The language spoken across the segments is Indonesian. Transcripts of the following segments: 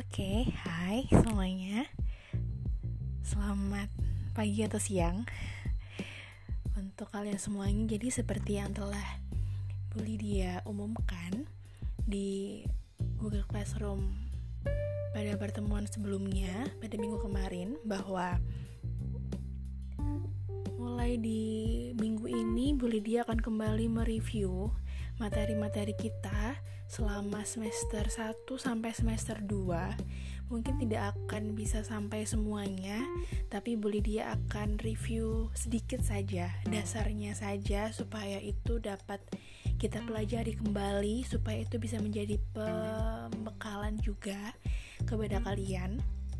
Oke, hai semuanya. Selamat pagi atau siang untuk kalian semuanya. Jadi seperti yang telah Bu Lydia umumkan di Google Classroom pada pertemuan sebelumnya, pada minggu kemarin, bahwa mulai di minggu ini Bu Lydia akan kembali mereview materi-materi kita selama semester 1 sampai semester 2. Mungkin tidak akan bisa sampai semuanya, tapi Bu Lydia akan review sedikit saja, dasarnya saja, supaya itu dapat kita pelajari kembali, supaya itu bisa menjadi pembekalan juga kepada kalian.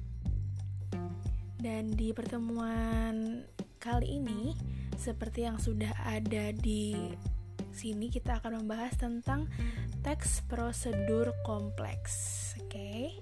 Dan di pertemuan kali ini, seperti yang sudah ada di sini, kita akan membahas tentang teks prosedur kompleks. Oke.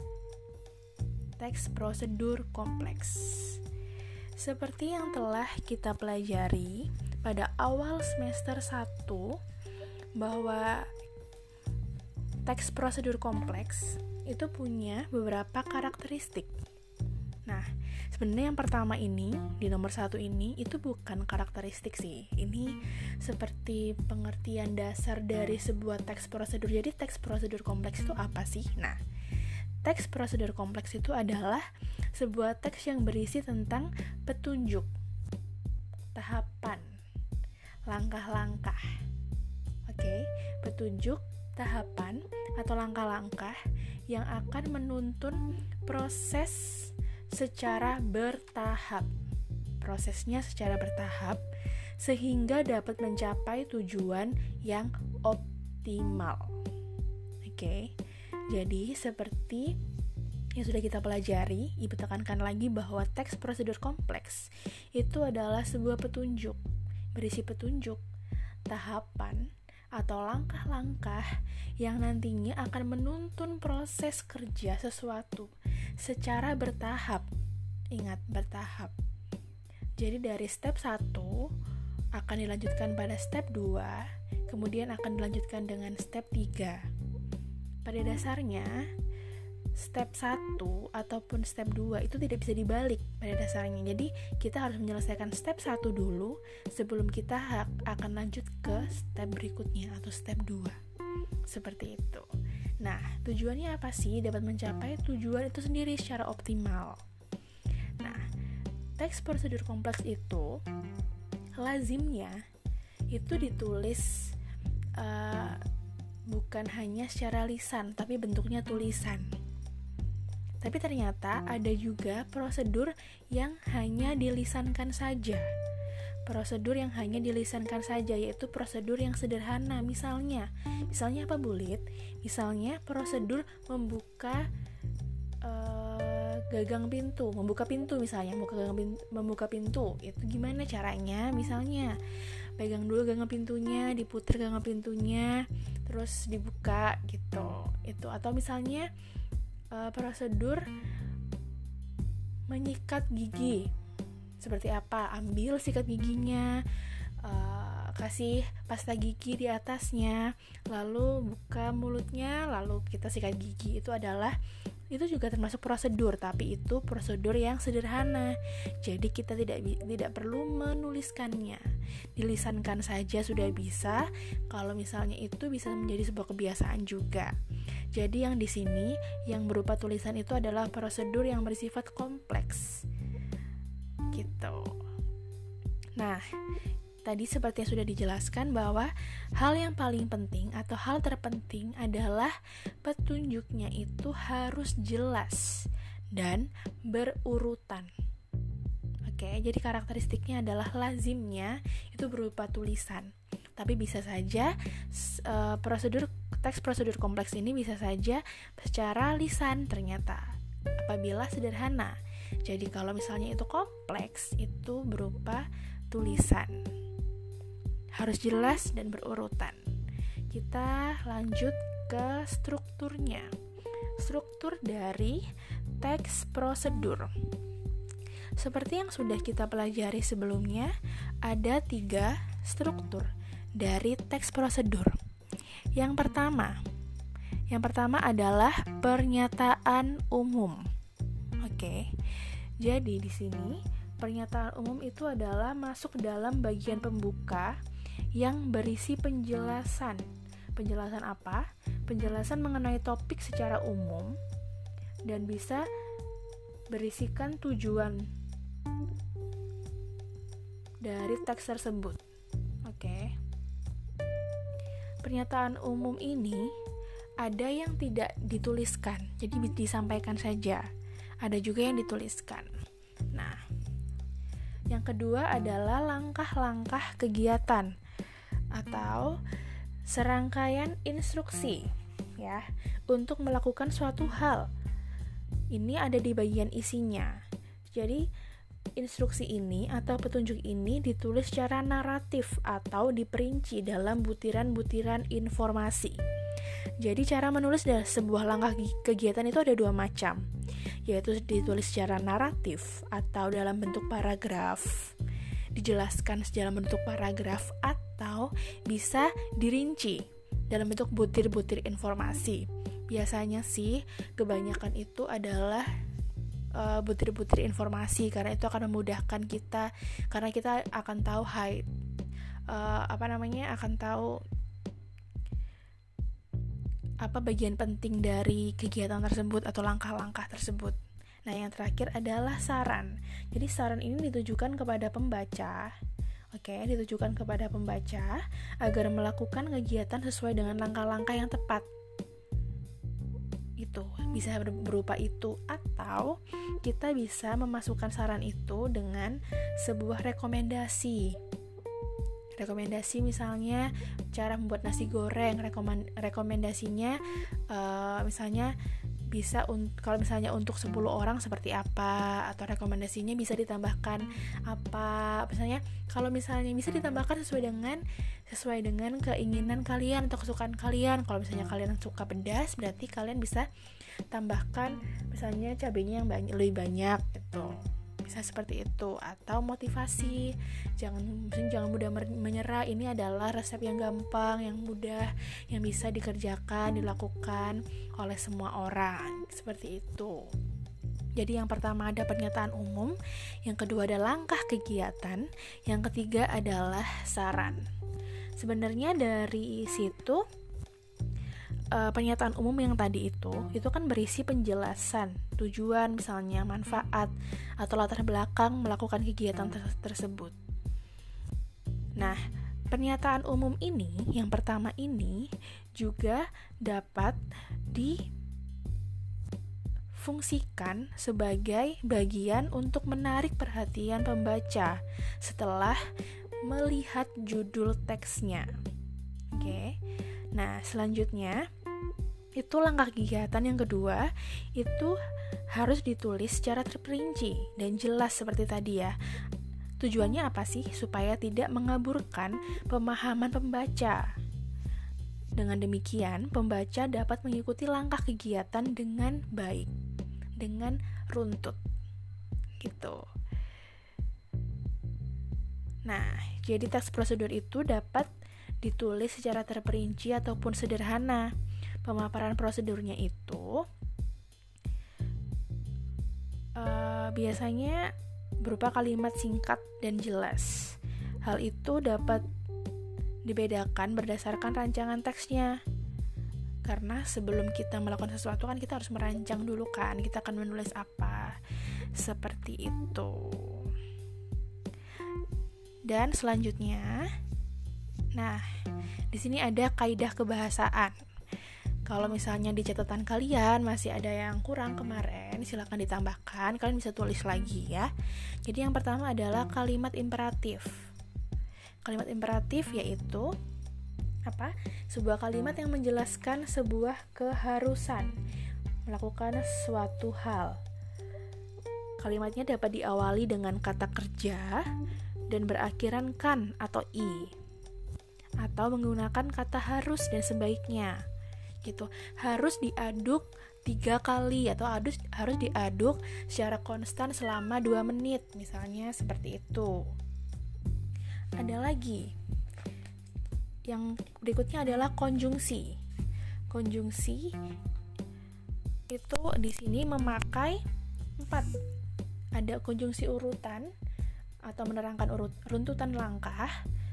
Teks prosedur kompleks. Seperti yang telah kita pelajari pada awal semester 1, bahwa teks prosedur kompleks itu punya beberapa karakteristik. Nah, sebenarnya yang pertama ini, di nomor 1 ini, itu bukan karakteristik sih. Ini seperti pengertian dasar dari sebuah teks prosedur. Jadi teks prosedur kompleks itu apa sih? Nah, teks prosedur kompleks itu adalah sebuah teks yang berisi tentang petunjuk, tahapan, langkah-langkah. Oke, petunjuk, tahapan, atau langkah-langkah yang akan menuntun proses secara bertahap. Prosesnya secara bertahap sehingga dapat mencapai tujuan yang optimal. Oke. Jadi seperti yang sudah kita pelajari, Ibu tekankan lagi bahwa teks prosedur kompleks itu adalah sebuah petunjuk, berisi petunjuk, tahapan, atau langkah-langkah yang nantinya akan menuntun proses kerja sesuatu secara bertahap. Ingat, bertahap. Jadi dari step 1 akan dilanjutkan pada step 2, kemudian akan dilanjutkan dengan step 3. Pada dasarnya, step 1 ataupun step 2 itu tidak bisa dibalik pada dasarnya. Jadi kita harus menyelesaikan step 1 dulu sebelum kita akan lanjut ke step berikutnya atau step 2. Seperti itu. Nah, tujuannya apa sih? Dapat mencapai tujuan itu sendiri secara optimal. Nah, teks prosedur kompleks itu lazimnya itu ditulis bukan hanya secara lisan, tapi bentuknya tulisan. Tapi ternyata ada juga prosedur yang hanya dilisankan saja. Prosedur yang hanya dilisankan saja, yaitu prosedur yang sederhana. Misalnya apa, Bulit? Misalnya prosedur membuka gagang pintu, membuka pintu misalnya, membuka pintu. Itu gimana caranya? Misalnya pegang dulu gagang pintunya, diputar gagang pintunya, terus dibuka gitu. Itu. Atau misalnya prosedur menyikat gigi. Seperti apa? Ambil sikat giginya, kasih pasta gigi di atasnya, lalu buka mulutnya, lalu kita sikat gigi. Itu juga termasuk prosedur, tapi itu prosedur yang sederhana. Jadi kita tidak perlu menuliskannya. Dilisankan saja sudah bisa. Kalau misalnya itu bisa menjadi sebuah kebiasaan juga. Jadi yang di sini yang berupa tulisan itu adalah prosedur yang bersifat kompleks. Gitu. Nah, tadi seperti yang sudah dijelaskan bahwa hal yang paling penting atau hal terpenting adalah petunjuknya itu harus jelas dan berurutan. Oke, jadi karakteristiknya adalah lazimnya itu berupa tulisan. Tapi bisa saja teks prosedur kompleks ini bisa saja secara lisan ternyata apabila sederhana. Jadi kalau misalnya itu kompleks, itu berupa tulisan. Harus jelas dan berurutan. Kita lanjut ke strukturnya. Struktur dari teks prosedur. Seperti yang sudah kita pelajari sebelumnya, ada 3 struktur dari teks prosedur. Yang Yang pertama adalah pernyataan umum. Oke. Jadi di sini pernyataan umum itu adalah masuk dalam bagian pembuka yang berisi penjelasan. Penjelasan apa? Penjelasan mengenai topik secara umum dan bisa berisikan tujuan dari teks tersebut. Oke. Pernyataan umum ini ada yang tidak dituliskan, jadi disampaikan saja. Ada juga yang dituliskan. Nah, yang kedua adalah langkah-langkah kegiatan atau serangkaian instruksi ya untuk melakukan suatu hal. Ini ada di bagian isinya. Jadi instruksi ini atau petunjuk ini ditulis secara naratif atau diperinci dalam butiran-butiran informasi. Jadi cara menulis dari sebuah langkah kegiatan itu ada dua macam, yaitu ditulis secara naratif atau dalam bentuk paragraf, dijelaskan dalam bentuk paragraf, atau bisa dirinci dalam bentuk butir-butir informasi. Biasanya sih kebanyakan itu adalah butir-butir informasi, karena itu akan memudahkan kita, karena kita akan tahu akan tahu apa bagian penting dari kegiatan tersebut atau langkah-langkah tersebut. Nah, yang terakhir adalah saran. Jadi saran ini ditujukan kepada pembaca. Ditujukan kepada pembaca agar melakukan kegiatan sesuai dengan langkah-langkah yang tepat. Itu bisa berupa itu, atau kita bisa memasukkan saran itu dengan sebuah rekomendasi misalnya cara membuat nasi goreng. Rekomendasinya misalnya bisa kalau misalnya untuk 10 orang seperti apa, atau rekomendasinya bisa ditambahkan apa, misalnya kalau misalnya bisa ditambahkan sesuai dengan keinginan kalian atau kesukaan kalian. Kalau misalnya kalian suka pedas, berarti kalian bisa tambahkan misalnya cabenya yang lebih banyak gitu. Bisa seperti itu. Atau motivasi, jangan mudah menyerah. Ini adalah resep yang gampang, yang mudah, yang bisa dilakukan oleh semua orang. Seperti itu. Jadi yang pertama ada pernyataan umum, yang kedua ada langkah kegiatan, yang ketiga adalah saran. Sebenarnya dari situ pernyataan umum yang tadi itu kan berisi penjelasan, tujuan, misalnya manfaat atau latar belakang melakukan kegiatan tersebut. Nah, pernyataan umum ini, yang pertama ini juga dapat difungsikan sebagai bagian untuk menarik perhatian pembaca setelah melihat judul teksnya. Oke. Nah, selanjutnya itu langkah kegiatan yang kedua, itu harus ditulis secara terperinci dan jelas seperti tadi ya. Tujuannya apa sih? Supaya tidak mengaburkan pemahaman pembaca. Dengan demikian, pembaca dapat mengikuti langkah kegiatan dengan baik, dengan runtut. Gitu. Nah, jadi teks prosedur itu dapat ditulis secara terperinci ataupun sederhana. Pemaparan prosedurnya itu biasanya berupa kalimat singkat dan jelas. Hal itu dapat dibedakan berdasarkan rancangan teksnya. Karena sebelum kita melakukan sesuatu kan kita harus merancang dulu kan, kita akan menulis apa. Seperti itu. Dan selanjutnya, nah, di sini ada kaidah kebahasaan. Kalau misalnya di catatan kalian masih ada yang kurang kemarin, silakan ditambahkan, kalian bisa tulis lagi ya. Jadi yang pertama adalah kalimat imperatif. Kalimat imperatif yaitu apa? Sebuah kalimat yang menjelaskan sebuah keharusan melakukan suatu hal. Kalimatnya dapat diawali dengan kata kerja dan berakhiran kan atau i, atau menggunakan kata harus dan sebaiknya. Gitu. Harus diaduk 3 kali atau harus diaduk secara konstan selama 2 menit, misalnya seperti itu. Ada lagi. Yang berikutnya adalah konjungsi. Konjungsi itu di sini memakai 4. Ada konjungsi urutan atau menerangkan runtutan langkah.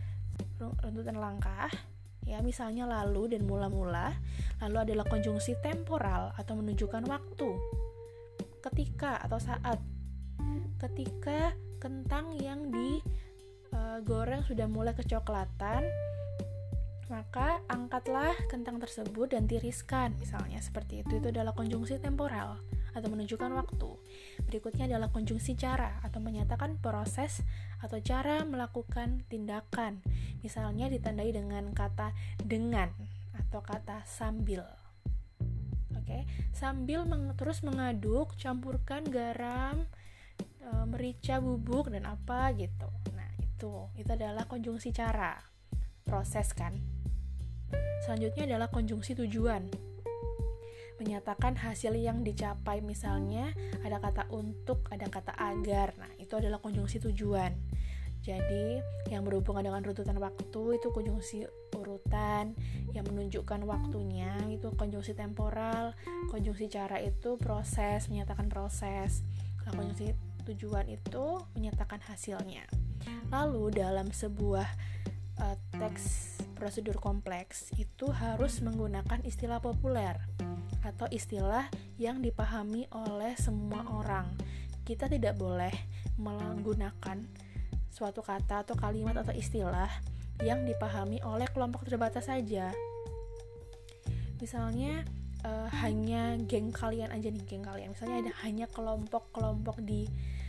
Ya, misalnya lalu dan mula-mula. Lalu adalah konjungsi temporal atau menunjukkan waktu. Ketika atau saat. Ketika kentang yang digoreng sudah mulai kecoklatan, maka angkatlah kentang tersebut dan tiriskan, misalnya seperti itu. Itu adalah konjungsi temporal atau menunjukkan waktu. Berikutnya adalah konjungsi cara atau menyatakan proses atau cara melakukan tindakan. Misalnya ditandai dengan kata dengan atau kata sambil. Oke, sambil terus mengaduk, campurkan garam, merica bubuk dan apa gitu. Nah, itu adalah konjungsi cara. Proses kan. Selanjutnya adalah konjungsi tujuan. Menyatakan hasil yang dicapai, misalnya ada kata untuk, ada kata agar. Nah, itu adalah konjungsi tujuan. Jadi, yang berhubungan dengan runtutan waktu itu konjungsi urutan, yang menunjukkan waktunya itu konjungsi temporal, konjungsi cara itu proses, menyatakan proses. Nah, konjungsi tujuan itu menyatakan hasilnya. Lalu dalam sebuah teks prosedur kompleks itu harus menggunakan istilah populer atau istilah yang dipahami oleh semua orang. Kita tidak boleh menggunakan suatu kata atau kalimat atau istilah yang dipahami oleh kelompok terbatas saja. Misalnya hanya geng kalian aja nih, misalnya ada hanya kelompok di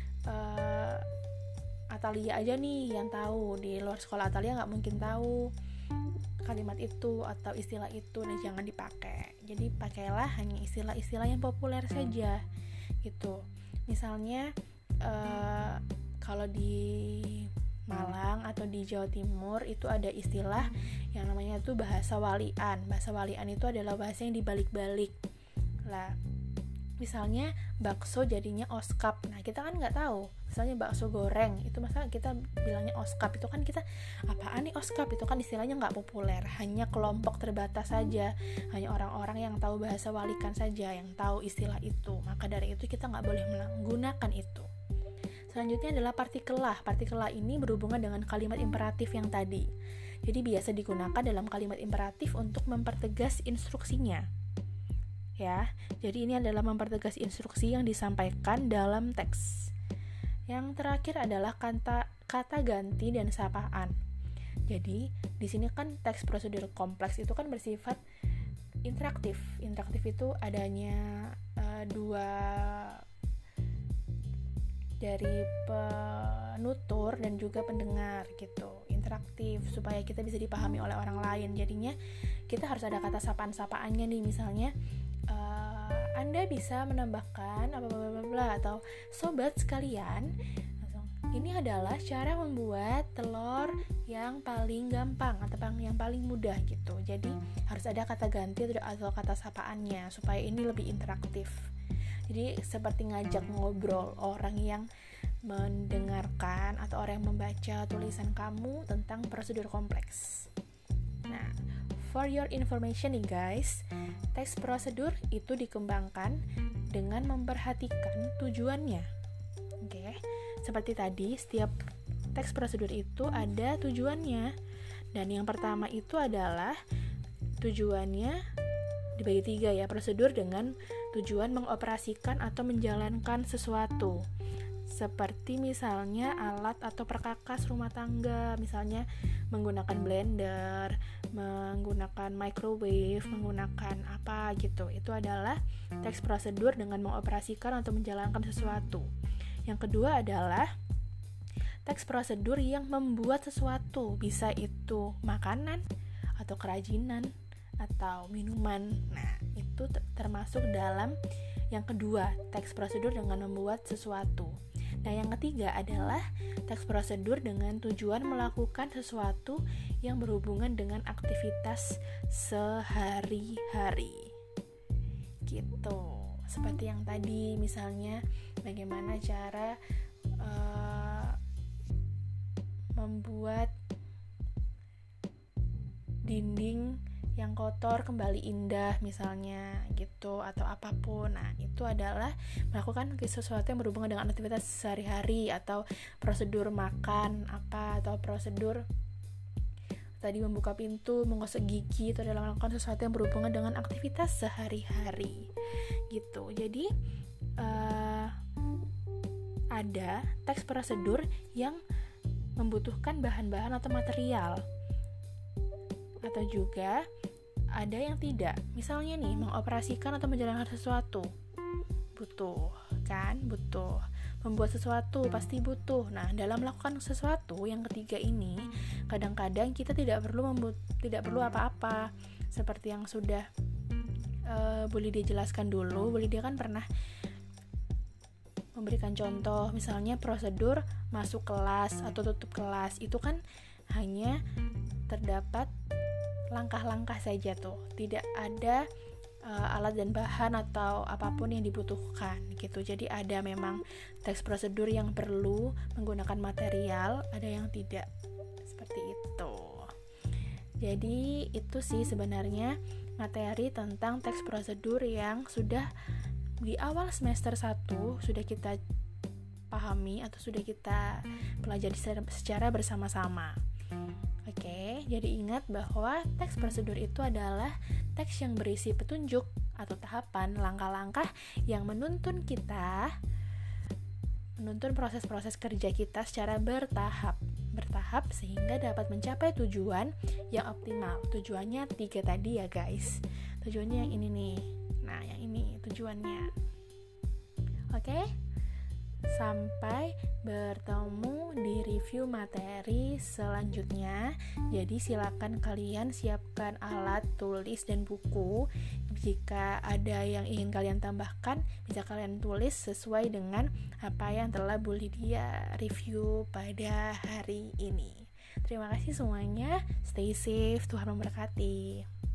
Atalia aja nih yang tahu. Di luar sekolah Atalia nggak mungkin tahu kalimat itu atau istilah itu. Nah, jangan dipakai. Jadi pakailah hanya istilah-istilah yang populer saja gitu. Misalnya kalau di Malang atau di Jawa Timur itu ada istilah yang namanya itu bahasa walian. Bahasa walian itu adalah bahasa yang dibalik-balik lah. Misalnya bakso jadinya oskap. Nah, kita kan nggak tahu. Misalnya bakso goreng, itu masa kita bilangnya oskap. Itu kan kita, apaan nih oskap? Itu kan istilahnya nggak populer. Hanya kelompok terbatas saja. Hanya orang-orang yang tahu bahasa walikan saja yang tahu istilah itu. Maka dari itu kita nggak boleh menggunakan itu. Selanjutnya adalah partikelah. Partikelah ini berhubungan dengan kalimat imperatif yang tadi. Jadi biasa digunakan dalam kalimat imperatif untuk mempertegas instruksinya. Ya, jadi ini adalah mempertegas instruksi yang disampaikan dalam teks. Yang terakhir adalah kata ganti dan sapaan. Jadi di sini kan teks prosedur kompleks itu kan bersifat interaktif. Interaktif itu adanya dua dari penutur dan juga pendengar gitu. Interaktif supaya kita bisa dipahami oleh orang lain. Jadinya kita harus ada kata sapaan-sapaannya nih, misalnya Anda bisa menambahkan bla atau sobat sekalian, ini adalah cara membuat telur yang paling gampang atau yang paling mudah gitu. Jadi harus ada kata ganti atau kata sapaannya supaya ini lebih interaktif. Jadi seperti ngajak ngobrol orang yang mendengarkan atau orang yang membaca tulisan kamu tentang prosedur kompleks. Nah, for your information nih guys, teks prosedur itu dikembangkan dengan memperhatikan tujuannya. Oke, seperti tadi, setiap teks prosedur itu ada tujuannya. Dan yang pertama itu adalah tujuannya dibagi 3 ya, prosedur dengan tujuan mengoperasikan atau menjalankan sesuatu. Seperti misalnya alat atau perkakas rumah tangga, misalnya menggunakan blender, menggunakan microwave, menggunakan apa gitu. Itu adalah teks prosedur dengan mengoperasikan atau menjalankan sesuatu. Yang kedua adalah teks prosedur yang membuat sesuatu, bisa itu makanan atau kerajinan atau minuman. Nah, itu termasuk dalam yang kedua, teks prosedur dengan membuat sesuatu. Nah, yang ketiga adalah teks prosedur dengan tujuan melakukan sesuatu yang berhubungan dengan aktivitas sehari-hari. Gitu. Seperti yang tadi, misalnya bagaimana cara membuat dinding yang kotor kembali indah misalnya gitu, atau apapun. Nah, itu adalah melakukan sesuatu yang berhubungan dengan aktivitas sehari-hari, atau prosedur makan apa, atau prosedur tadi membuka pintu, menggosok gigi. Itu adalah melakukan sesuatu yang berhubungan dengan aktivitas sehari-hari gitu. Jadi ada teks prosedur yang membutuhkan bahan-bahan atau material, atau juga ada yang tidak. Misalnya nih, mengoperasikan atau menjalankan sesuatu butuh, kan? Butuh. Membuat sesuatu pasti butuh. Nah, dalam melakukan sesuatu yang ketiga ini, kadang-kadang kita tidak perlu apa-apa. Seperti yang sudah Bu Lydia jelaskan dulu. Bu Lydia kan pernah memberikan contoh, misalnya prosedur masuk kelas atau tutup kelas. Itu kan hanya terdapat langkah-langkah saja tuh, tidak ada alat dan bahan atau apapun yang dibutuhkan gitu. Jadi ada memang teks prosedur yang perlu menggunakan material, ada yang tidak, seperti itu. Jadi itu sih sebenarnya materi tentang teks prosedur yang sudah di awal semester 1 sudah kita pahami atau sudah kita pelajari secara bersama-sama. Oke, jadi ingat bahwa teks prosedur itu adalah teks yang berisi petunjuk atau tahapan langkah-langkah yang menuntun proses-proses kerja kita secara bertahap sehingga dapat mencapai tujuan yang optimal. Tujuannya 3 tadi ya guys. Tujuannya yang ini nih. Nah, yang ini tujuannya. Oke? Sampai bertemu di review materi selanjutnya. Jadi silakan kalian siapkan alat tulis dan buku. Jika ada yang ingin kalian tambahkan, bisa kalian tulis sesuai dengan apa yang telah Bu Lydia review pada hari ini. Terima kasih semuanya. Stay safe. Tuhan memberkati.